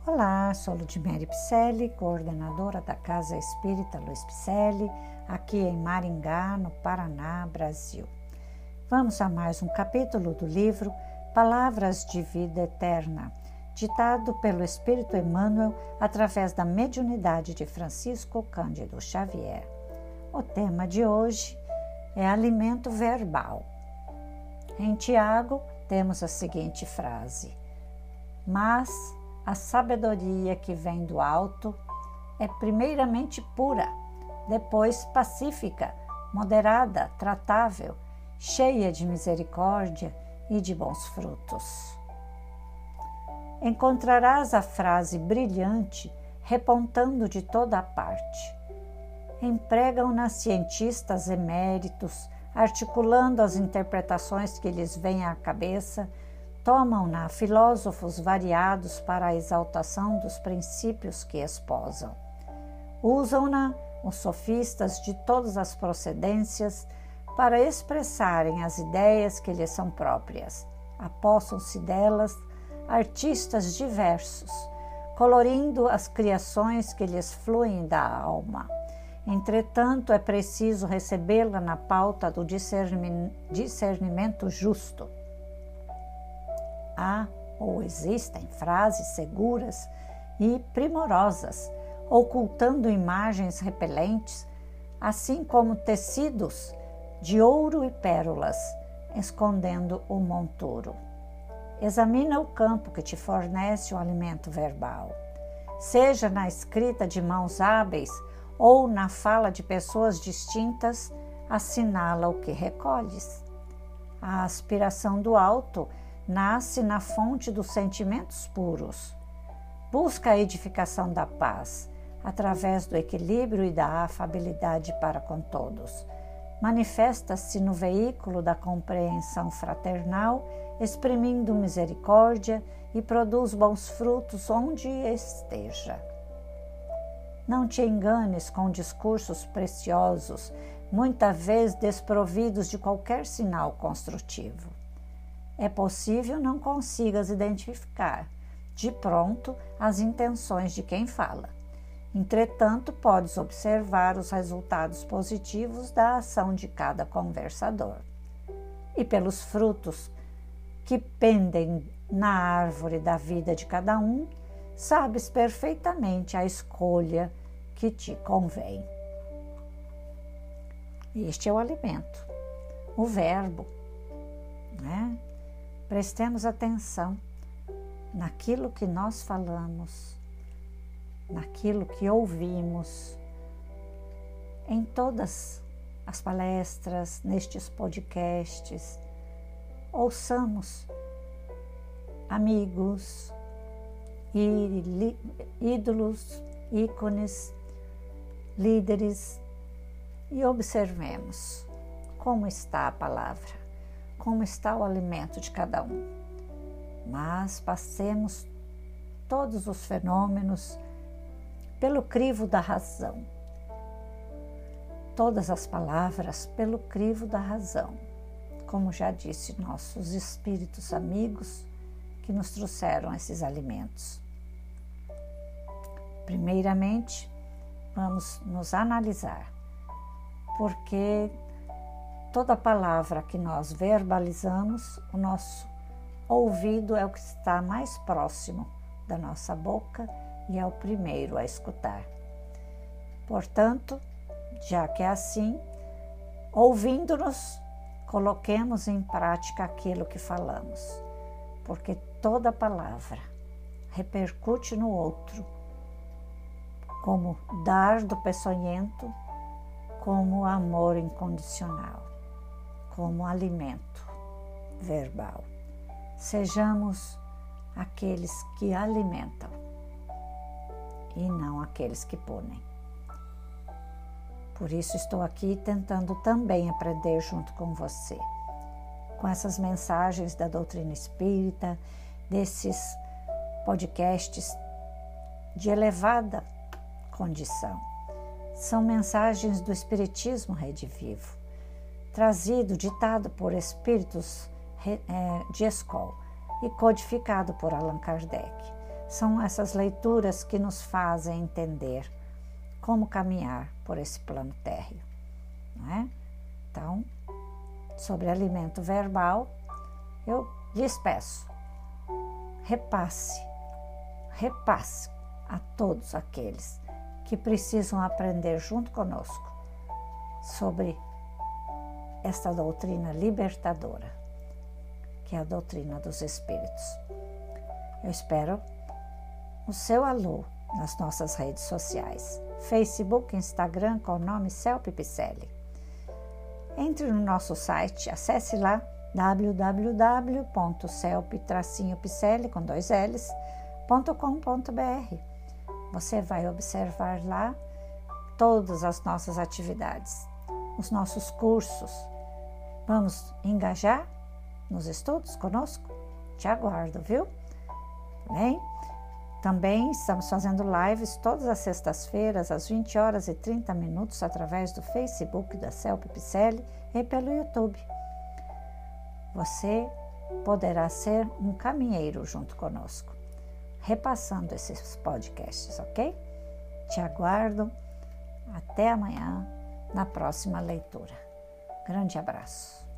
Olá, sou Ludmere Picelli, coordenadora da Casa Espírita Luiz Picelli, aqui em Maringá, no Paraná, Brasil. Vamos a mais um capítulo do livro Palavras de Vida Eterna, ditado pelo Espírito Emmanuel através da mediunidade de Francisco Cândido Xavier. O tema de hoje é alimento verbal. Em Tiago, temos a seguinte frase: mas a sabedoria que vem do alto é primeiramente pura, depois pacífica, moderada, tratável, cheia de misericórdia e de bons frutos. Encontrarás a frase brilhante repontando de toda a parte. Empregam-na cientistas eméritos, articulando as interpretações que lhes vêm à cabeça, tomam-na filósofos variados para a exaltação dos princípios que esposam. Usam-na os sofistas de todas as procedências para expressarem as ideias que lhes são próprias. Apossam-se delas artistas diversos, colorindo as criações que lhes fluem da alma. Entretanto, é preciso recebê-la na pauta do discernimento justo. Há ou existem frases seguras e primorosas, ocultando imagens repelentes, assim como tecidos de ouro e pérolas, escondendo o monturo. Examina o campo que te fornece o alimento verbal. Seja na escrita de mãos hábeis ou na fala de pessoas distintas, assinala o que recolhes. A aspiração do alto nasce na fonte dos sentimentos puros. Busca a edificação da paz, através do equilíbrio e da afabilidade para com todos. Manifesta-se no veículo da compreensão fraternal, exprimindo misericórdia e produz bons frutos onde esteja. Não te enganes com discursos preciosos, muitas vezes desprovidos de qualquer sinal construtivo. É possível não consigas identificar, de pronto, as intenções de quem fala. Entretanto, podes observar os resultados positivos da ação de cada conversador. E pelos frutos que pendem na árvore da vida de cada um, sabes perfeitamente a escolha que te convém. Este é o alimento, o verbo, né? Prestemos atenção naquilo que nós falamos, naquilo que ouvimos, em todas as palestras, nestes podcasts. Ouçamos amigos, ídolos, ícones, líderes e observemos como está a palavra, como está o alimento de cada um. Mas passemos todos os fenômenos pelo crivo da razão. Todas as palavras pelo crivo da razão, como já disse nossos espíritos amigos que nos trouxeram esses alimentos. Primeiramente, vamos nos analisar, porque toda palavra que nós verbalizamos, o nosso ouvido é o que está mais próximo da nossa boca e é o primeiro a escutar. Portanto, já que é assim, ouvindo-nos, coloquemos em prática aquilo que falamos, porque toda palavra repercute no outro, como dardo peçonhento, como amor incondicional, como alimento verbal. Sejamos aqueles que alimentam e não aqueles que punem. Por isso estou aqui tentando também aprender junto com você, com essas mensagens da doutrina espírita, desses podcasts de elevada condição. São mensagens do Espiritismo Rede Vivo, ditado por espíritos de escola e codificado por Allan Kardec. São essas leituras que nos fazem entender como caminhar por esse plano térreo, não é? Então, sobre alimento verbal, eu lhes peço, repasse a todos aqueles que precisam aprender junto conosco sobre esta doutrina libertadora, que é a doutrina dos Espíritos. Eu espero o seu alô nas nossas redes sociais, Facebook, Instagram, com o nome Celpe Picelli. Entre no nosso site, acesse lá www.celpe-picelli.com.br. Você vai observar lá todas as nossas atividades, os nossos cursos. Vamos engajar nos estudos conosco? Te aguardo, viu? Bem? Também estamos fazendo lives todas as sextas-feiras, às 20h30, através do Facebook da Celpe Picelli e pelo YouTube. Você poderá ser um caminheiro junto conosco, repassando esses podcasts, ok? Te aguardo. Até amanhã, na próxima leitura. Grande abraço.